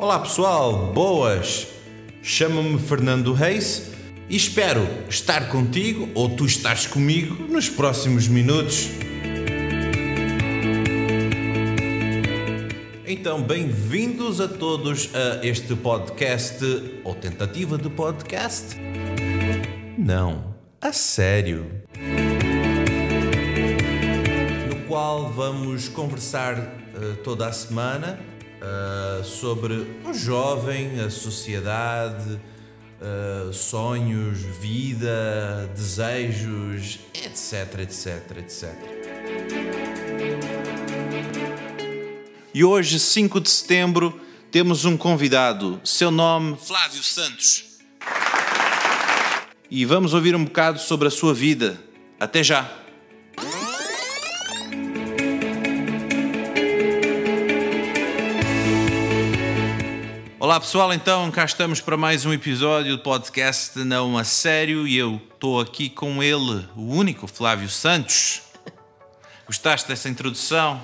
Olá pessoal, boas! Chamo-me Fernando Reis e espero estar contigo, ou tu estás comigo, nos próximos minutos. Então, bem-vindos a todos a este podcast, ou tentativa de podcast? Não, a sério. No qual vamos conversar toda a semana sobre o jovem, a sociedade, sonhos, vida, desejos, etc, etc, etc. E hoje, 5 de setembro, temos um convidado. Seu nome, Flávio Santos. E vamos ouvir um bocado sobre a sua vida. Até já! Olá pessoal, então cá estamos para mais um episódio do podcast Não a Sério e eu estou aqui com ele, o único Flávio Santos. Gostaste dessa introdução?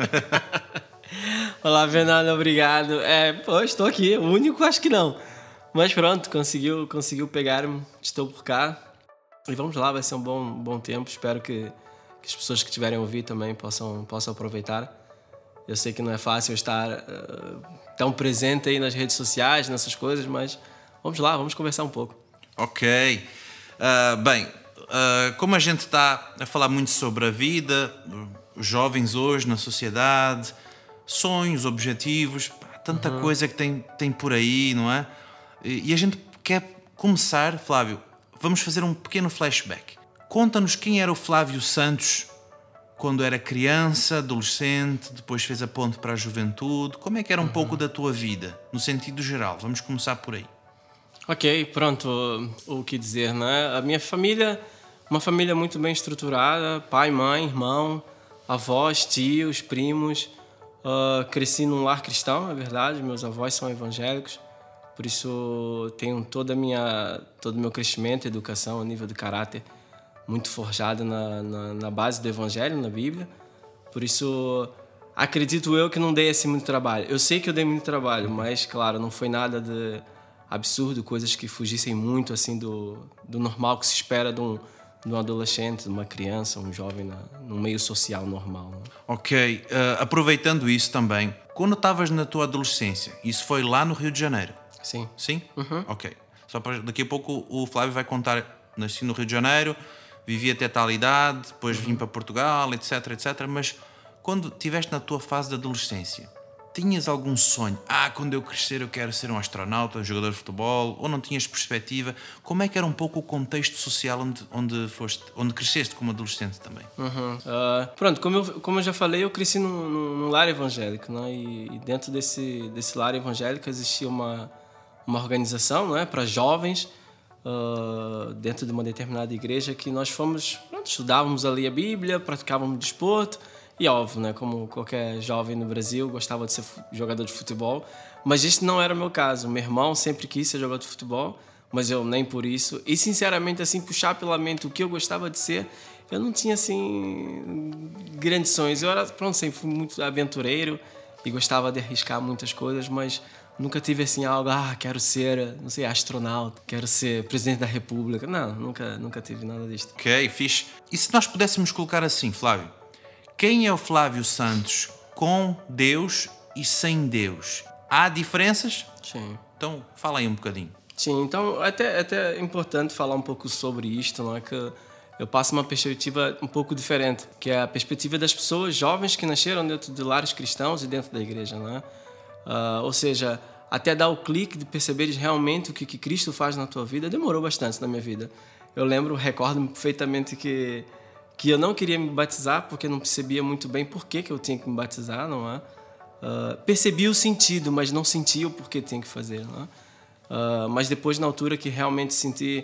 Olá, Fernando, obrigado. Estou aqui, o único acho que não. Mas pronto, conseguiu pegar-me, estou por cá. E vamos lá, vai ser um bom tempo. Espero que as pessoas que tiverem a ouvir também possam aproveitar. Eu sei que não é fácil estar tão presente aí nas redes sociais, nessas coisas, mas vamos lá, vamos conversar um pouco. Ok. Como a gente está a falar muito sobre a vida, os jovens hoje na sociedade, sonhos, objetivos, tanta coisa que tem por aí, não é? E a gente quer começar, Flávio, vamos fazer um pequeno flashback. Conta-nos quem era o Flávio Santos quando era criança, adolescente, depois fez a ponte para a juventude. Como é que era um pouco da tua vida, no sentido geral? Vamos começar por aí. Ok, pronto, o que dizer, né? A minha família, uma família muito bem estruturada, pai, mãe, irmão, avós, tios, primos. Cresci num lar cristão, é verdade, meus avós são evangélicos, por isso tenho todo o meu crescimento e educação a nível de caráter muito forjado na base do Evangelho, na Bíblia. Por isso, acredito eu que não dei assim muito trabalho. Eu sei que eu dei muito trabalho, mas, claro, não foi nada de absurdo, coisas que fugissem muito assim do normal que se espera de um adolescente, de uma criança, um jovem num meio social normal. Né? Ok, aproveitando isso também, quando estavas na tua adolescência, isso foi lá no Rio de Janeiro? Sim. Sim? Uhum. Ok. Só para daqui a pouco o Flávio vai contar, nasci no Rio de Janeiro, vivi até tal idade, depois vim para Portugal, etc, etc. Mas quando estiveste na tua fase de adolescência, tinhas algum sonho? Quando eu crescer eu quero ser um astronauta, um jogador de futebol, ou não tinhas perspectiva? Como é que era um pouco o contexto social onde cresceste como adolescente também? Pronto, como eu já falei, eu cresci num lar evangélico, né? E dentro desse lar evangélico existia uma organização, né, para jovens, dentro de uma determinada igreja, que nós estudávamos ali a Bíblia, praticávamos desporto e, óbvio, né, como qualquer jovem no Brasil, gostava de ser jogador de futebol, mas este não era o meu caso. Meu irmão sempre quis ser jogador de futebol, mas eu nem por isso. E, sinceramente, assim, puxar pela mente o que eu gostava de ser, eu não tinha, assim, grandes sonhos. Eu era, sempre fui muito aventureiro e gostava de arriscar muitas coisas, mas nunca tive assim algo, quero ser, não sei, astronauta, quero ser presidente da república. Não, nunca tive nada disto. Ok, fixe. E se nós pudéssemos colocar assim, Flávio, quem é o Flávio Santos com Deus e sem Deus? Há diferenças? Sim. Então, fala aí um bocadinho. Sim, então até é importante falar um pouco sobre isto, não é? Que eu passo uma perspectiva um pouco diferente, que é a perspectiva das pessoas jovens que nasceram dentro de lares cristãos e dentro da igreja, não é? Ou seja, até dar o clique de perceberes realmente o que Cristo faz na tua vida, demorou bastante na minha vida. Eu recordo perfeitamente que eu não queria me batizar porque não percebia muito bem por que eu tinha que me batizar, não é? Percebi o sentido, mas não sentia o porquê tinha que fazer, não é? Mas depois, na altura que realmente senti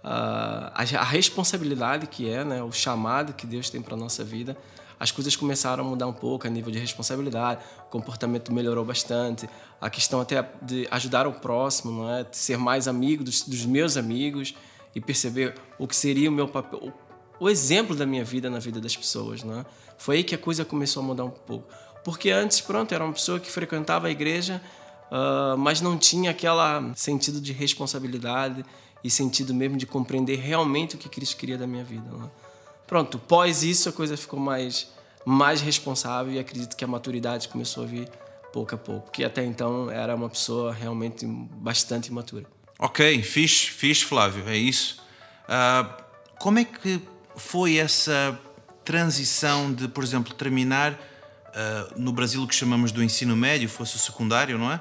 a responsabilidade que é, né, o chamado que Deus tem para a nossa vida, as coisas começaram a mudar um pouco a nível de responsabilidade, o comportamento melhorou bastante, a questão até de ajudar o próximo, não é? De ser mais amigo dos meus amigos e perceber o que seria o meu papel, o exemplo da minha vida na vida das pessoas, não é? Foi aí que a coisa começou a mudar um pouco. Porque antes, era uma pessoa que frequentava a igreja, mas não tinha aquele sentido de responsabilidade e sentido mesmo de compreender realmente o que Cristo queria da minha vida. Né? Pronto, pós isso a coisa ficou mais responsável e acredito que a maturidade começou a vir pouco a pouco, porque até então era uma pessoa realmente bastante imatura. Ok, fixe, Flávio, é isso. Como é que foi essa transição de, por exemplo, terminar no Brasil o que chamamos do ensino médio, fosse o secundário, não é?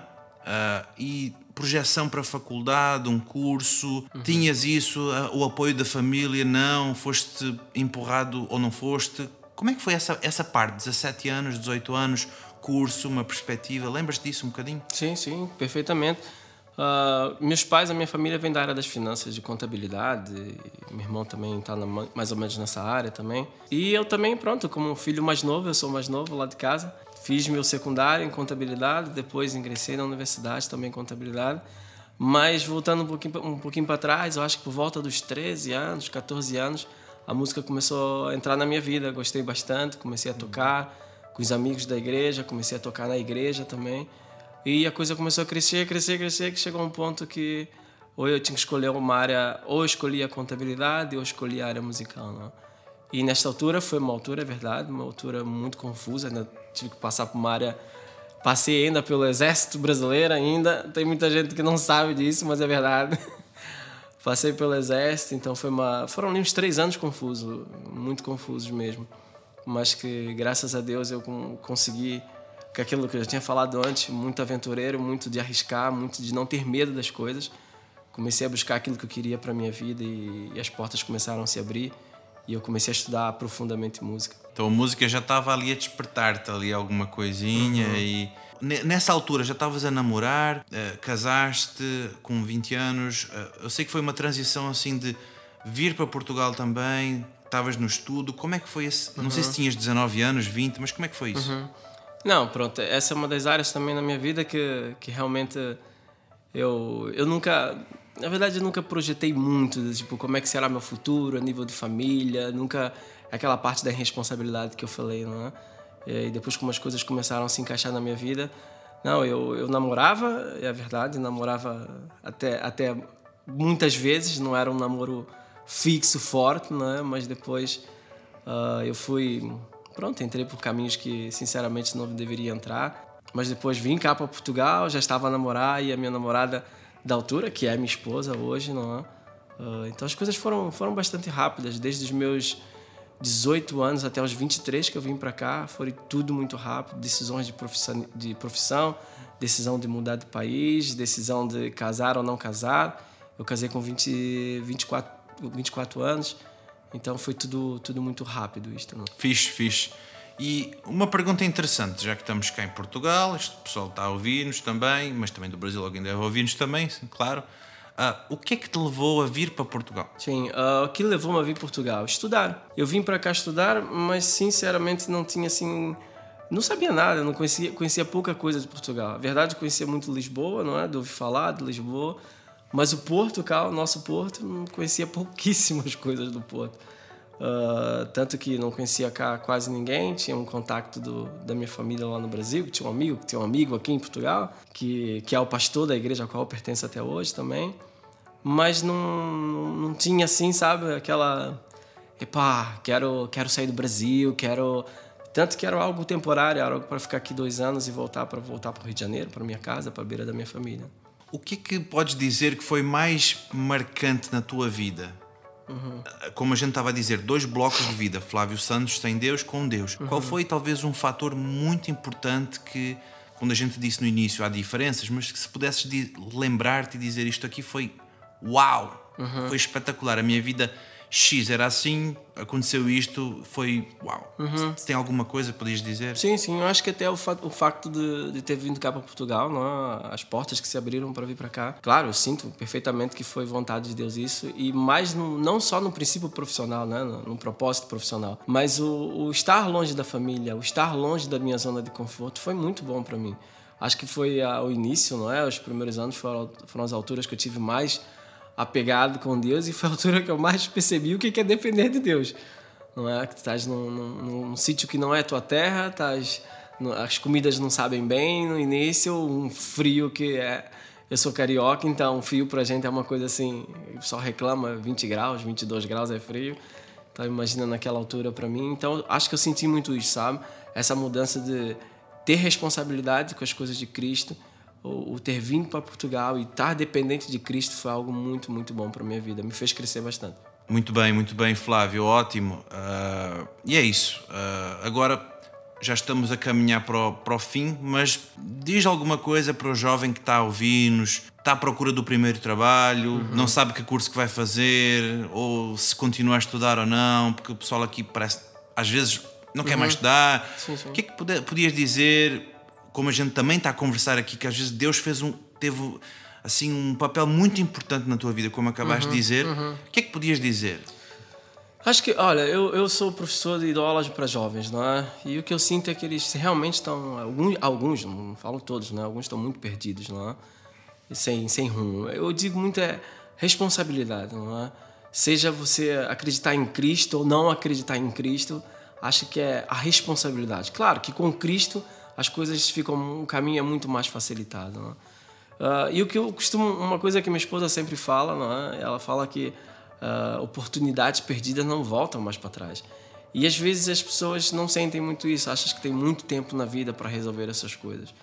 E projeção para a faculdade, um curso, tinhas isso, o apoio da família, não, foste empurrado ou não foste? Como é que foi essa parte, 17 anos, 18 anos, curso, uma perspectiva, lembras-te disso um bocadinho? Sim, perfeitamente. Meus pais, a minha família vem da área das finanças, de contabilidade, meu irmão também está mais ou menos nessa área também. E eu também, pronto, como filho mais novo, eu sou mais novo lá de casa, fiz meu secundário em contabilidade, depois ingressei na universidade também em contabilidade. Mas voltando um pouquinho para trás, eu acho que por volta dos 13 anos, 14 anos, a música começou a entrar na minha vida. Gostei bastante, comecei a tocar com os amigos da igreja, comecei a tocar na igreja também. E a coisa começou a crescer, que chegou a um ponto que ou eu tinha que escolher uma área, ou eu escolhi a contabilidade, ou eu escolhi a área musical. Não? E nesta altura, foi uma altura, é verdade, uma altura muito confusa, ainda tive que passar por uma área, passei ainda pelo Exército Brasileiro ainda, tem muita gente que não sabe disso, mas é verdade. Passei pelo Exército, então foram ali uns 3 anos confusos, muito confusos mesmo. Mas que, graças a Deus, eu consegui, com aquilo que eu já tinha falado antes, muito aventureiro, muito de arriscar, muito de não ter medo das coisas. Comecei a buscar aquilo que eu queria para a minha vida e as portas começaram a se abrir e eu comecei a estudar profundamente música. Então a música já estava ali a despertar-te ali alguma coisinha e... Nessa altura já estavas a namorar, casaste com 20 anos, eu sei que foi uma transição assim de vir para Portugal também, estavas no estudo, como é que foi esse? Não sei se tinhas 19 anos, 20, mas como é que foi isso? Não, pronto, essa é uma das áreas também na minha vida que realmente eu nunca, na verdade eu nunca projetei muito, tipo, como é que será meu futuro a nível de família, nunca, aquela parte da responsabilidade que eu falei, não é? E depois como as coisas começaram a se encaixar na minha vida, não, eu namorava, é verdade, namorava até muitas vezes, não era um namoro fixo, forte, né? Mas depois eu entrei por caminhos que sinceramente não deveria entrar, mas depois vim cá para Portugal, já estava a namorar e a minha namorada da altura, que é minha esposa hoje, não é? Então as coisas foram bastante rápidas, desde os meus 18 anos até os 23 que eu vim para cá, foi tudo muito rápido, decisões de profissão, decisão de mudar de país, decisão de casar ou não casar. Eu casei com 24 anos, então foi tudo muito rápido isto. Não? Fixe. E uma pergunta interessante, já que estamos cá em Portugal, este pessoal está a ouvir-nos também, mas também do Brasil alguém deve ouvir-nos também, sim, claro. O que é que te levou a vir para Portugal? Sim, o que levou-me a vir para Portugal? Estudar. Eu vim para cá estudar, mas sinceramente não tinha assim... Não sabia nada, não conhecia pouca coisa de Portugal. A verdade, eu conhecia muito Lisboa, não é? De ouvir falar de Lisboa, mas o Porto, o nosso Porto, não conhecia pouquíssimas coisas do Porto. Tanto que não conhecia cá quase ninguém, tinha um contato da minha família lá no Brasil, que tinha um amigo aqui em Portugal, que é o pastor da igreja a qual eu pertenço até hoje também. Mas não tinha assim, sabe, aquela... quero sair do Brasil, tanto que era algo temporário, era algo para ficar aqui 2 anos e voltar para o Rio de Janeiro, para minha casa, para a beira da minha família. O que é que podes dizer que foi mais marcante na tua vida? Como a gente estava a dizer, 2 blocos de vida, Flávio Santos sem Deus, com Deus. Qual foi talvez um fator muito importante que, quando a gente disse no início, há diferenças, mas que se pudesses lembrar-te e dizer isto aqui foi uau, foi espetacular, a minha vida X era assim, aconteceu isto, foi uau. Se tem alguma coisa, podias dizer? Sim, eu acho que até o facto de ter vindo cá para Portugal, não é? As portas que se abriram para vir para cá. Claro, eu sinto perfeitamente que foi vontade de Deus isso, e mais não só no princípio profissional, né? No propósito profissional, mas o estar longe da família, o estar longe da minha zona de conforto foi muito bom para mim. Acho que foi o início, não é? Os primeiros anos foram as alturas que eu tive mais apegado com Deus, e foi a altura que eu mais percebi o que é depender de Deus. Não é que tu estás num sítio que não é tua terra, estás as comidas não sabem bem no início, um frio que é... Eu sou carioca, então frio pra gente é uma coisa assim, só reclama 20 graus, 22 graus é frio. Então imagina naquela altura pra mim. Então acho que eu senti muito isso, sabe? Essa mudança de ter responsabilidade com as coisas de Cristo, o ter vindo para Portugal e estar dependente de Cristo foi algo muito, muito bom pra minha vida. Me fez crescer bastante. Muito bem, Flávio, ótimo. E é isso. Agora já estamos a caminhar para o fim, mas diz alguma coisa para o jovem que está a ouvir-nos, está à procura do primeiro trabalho, não sabe que curso que vai fazer, ou se continua a estudar ou não, porque o pessoal aqui parece, às vezes, não quer mais estudar. Sim, sim. O que é que podias dizer, como a gente também está a conversar aqui, que às vezes Deus teve assim, um papel muito importante na tua vida, como acabaste de dizer. O que é que podias dizer? Acho que, olha, eu sou professor de ideologia para jovens, não é? E o que eu sinto é que eles realmente estão, alguns, não falo todos, né? Alguns estão muito perdidos, não é? Sem rumo. Eu digo muito responsabilidade, não é? Seja você acreditar em Cristo ou não acreditar em Cristo, acho que é a responsabilidade. Claro que com Cristo as coisas ficam, o caminho é muito mais facilitado, não é? E o que eu costumo, uma coisa que minha esposa sempre fala, não é? Ela fala que oportunidades perdidas não voltam mais para trás. E às vezes as pessoas não sentem muito isso, acham que tem muito tempo na vida para resolver essas coisas.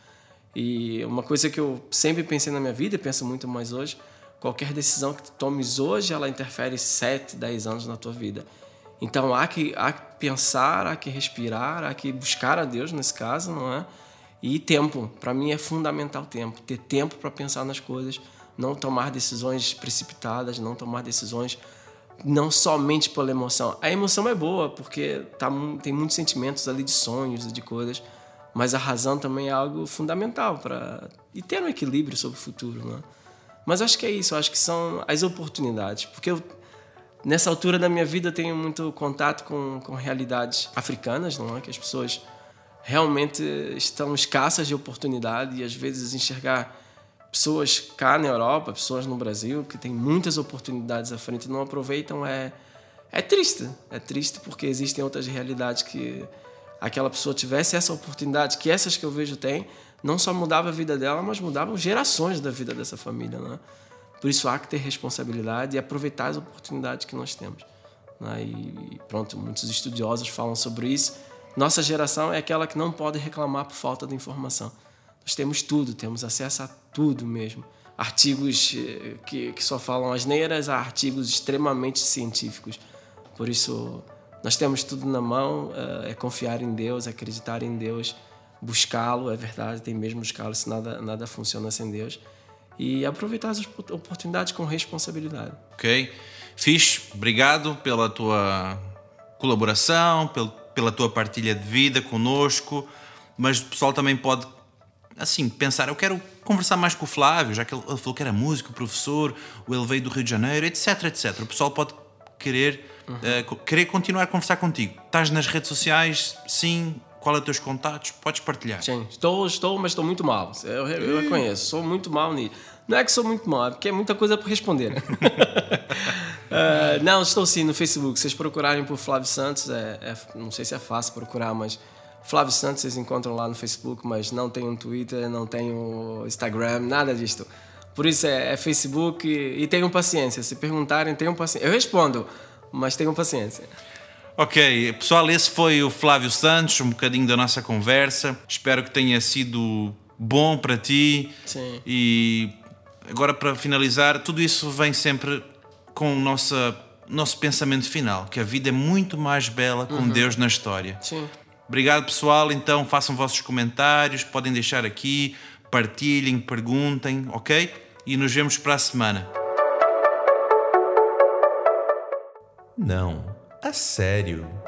E uma coisa que eu sempre pensei na minha vida e penso muito mais hoje, qualquer decisão que tu tomes hoje, ela interfere 7, 10 anos na tua vida. Então há que pensar, há que respirar, há que buscar a Deus nesse caso, não é? E tempo, para mim é fundamental tempo, ter tempo para pensar nas coisas, não tomar decisões precipitadas, não tomar decisões não somente pela emoção. A emoção é boa, porque tem muitos sentimentos ali de sonhos e de coisas, mas a razão também é algo fundamental para e ter um equilíbrio sobre o futuro, né? Mas acho que é isso, acho que são as oportunidades, porque nessa altura da minha vida eu tenho muito contato com realidades africanas, não é? Que as pessoas realmente estão escassas de oportunidade e às vezes enxergar pessoas cá na Europa, pessoas no Brasil que têm muitas oportunidades à frente e não aproveitam, é triste. É triste porque existem outras realidades que aquela pessoa tivesse essa oportunidade, que essas que eu vejo tem, não só mudava a vida dela, mas mudavam gerações da vida dessa família, né? Por isso há que ter responsabilidade e aproveitar as oportunidades que nós temos, né? E pronto, muitos estudiosos falam sobre isso. Nossa geração é aquela que não pode reclamar por falta de informação. Nós temos tudo, temos acesso a tudo mesmo. Artigos que só falam asneiras a artigos extremamente científicos. Por isso, nós temos tudo na mão, é confiar em Deus, acreditar em Deus, buscá-lo, é verdade, tem mesmo buscá-lo, se nada funciona sem Deus. E aproveitar as oportunidades com responsabilidade. Ok. Fixe, obrigado pela tua colaboração, pela tua partilha de vida conosco, mas o pessoal também pode assim, pensar, eu quero conversar mais com o Flávio, já que ele falou que era músico, professor, ele veio do Rio de Janeiro, etc, etc. O pessoal pode querer continuar a conversar contigo. Estás nas redes sociais? Sim. Qual é os teus contatos? Podes partilhar. Sim, estou, mas estou muito mal. Eu reconheço, sou muito mal nisso. Não é que sou muito mal, é porque é muita coisa para responder. Né? Não, estou sim no Facebook. Se vocês procurarem por Flávio Santos, não sei se é fácil procurar, mas Flávio Santos vocês encontram lá no Facebook, mas não tenho Twitter, não tenho Instagram, nada disto. Por isso é Facebook e tenham paciência. Se perguntarem, tenham paciência. Eu respondo, mas tenham paciência. Ok, pessoal, esse foi o Flávio Santos, um bocadinho da nossa conversa. Espero que tenha sido bom para ti. Sim. E agora, para finalizar, tudo isso vem sempre com o nosso pensamento final, que a vida é muito mais bela com Deus na história. Sim. Obrigado, pessoal. Então, façam vossos comentários, podem deixar aqui, partilhem, perguntem, ok? E nos vemos para a semana. Não, a sério.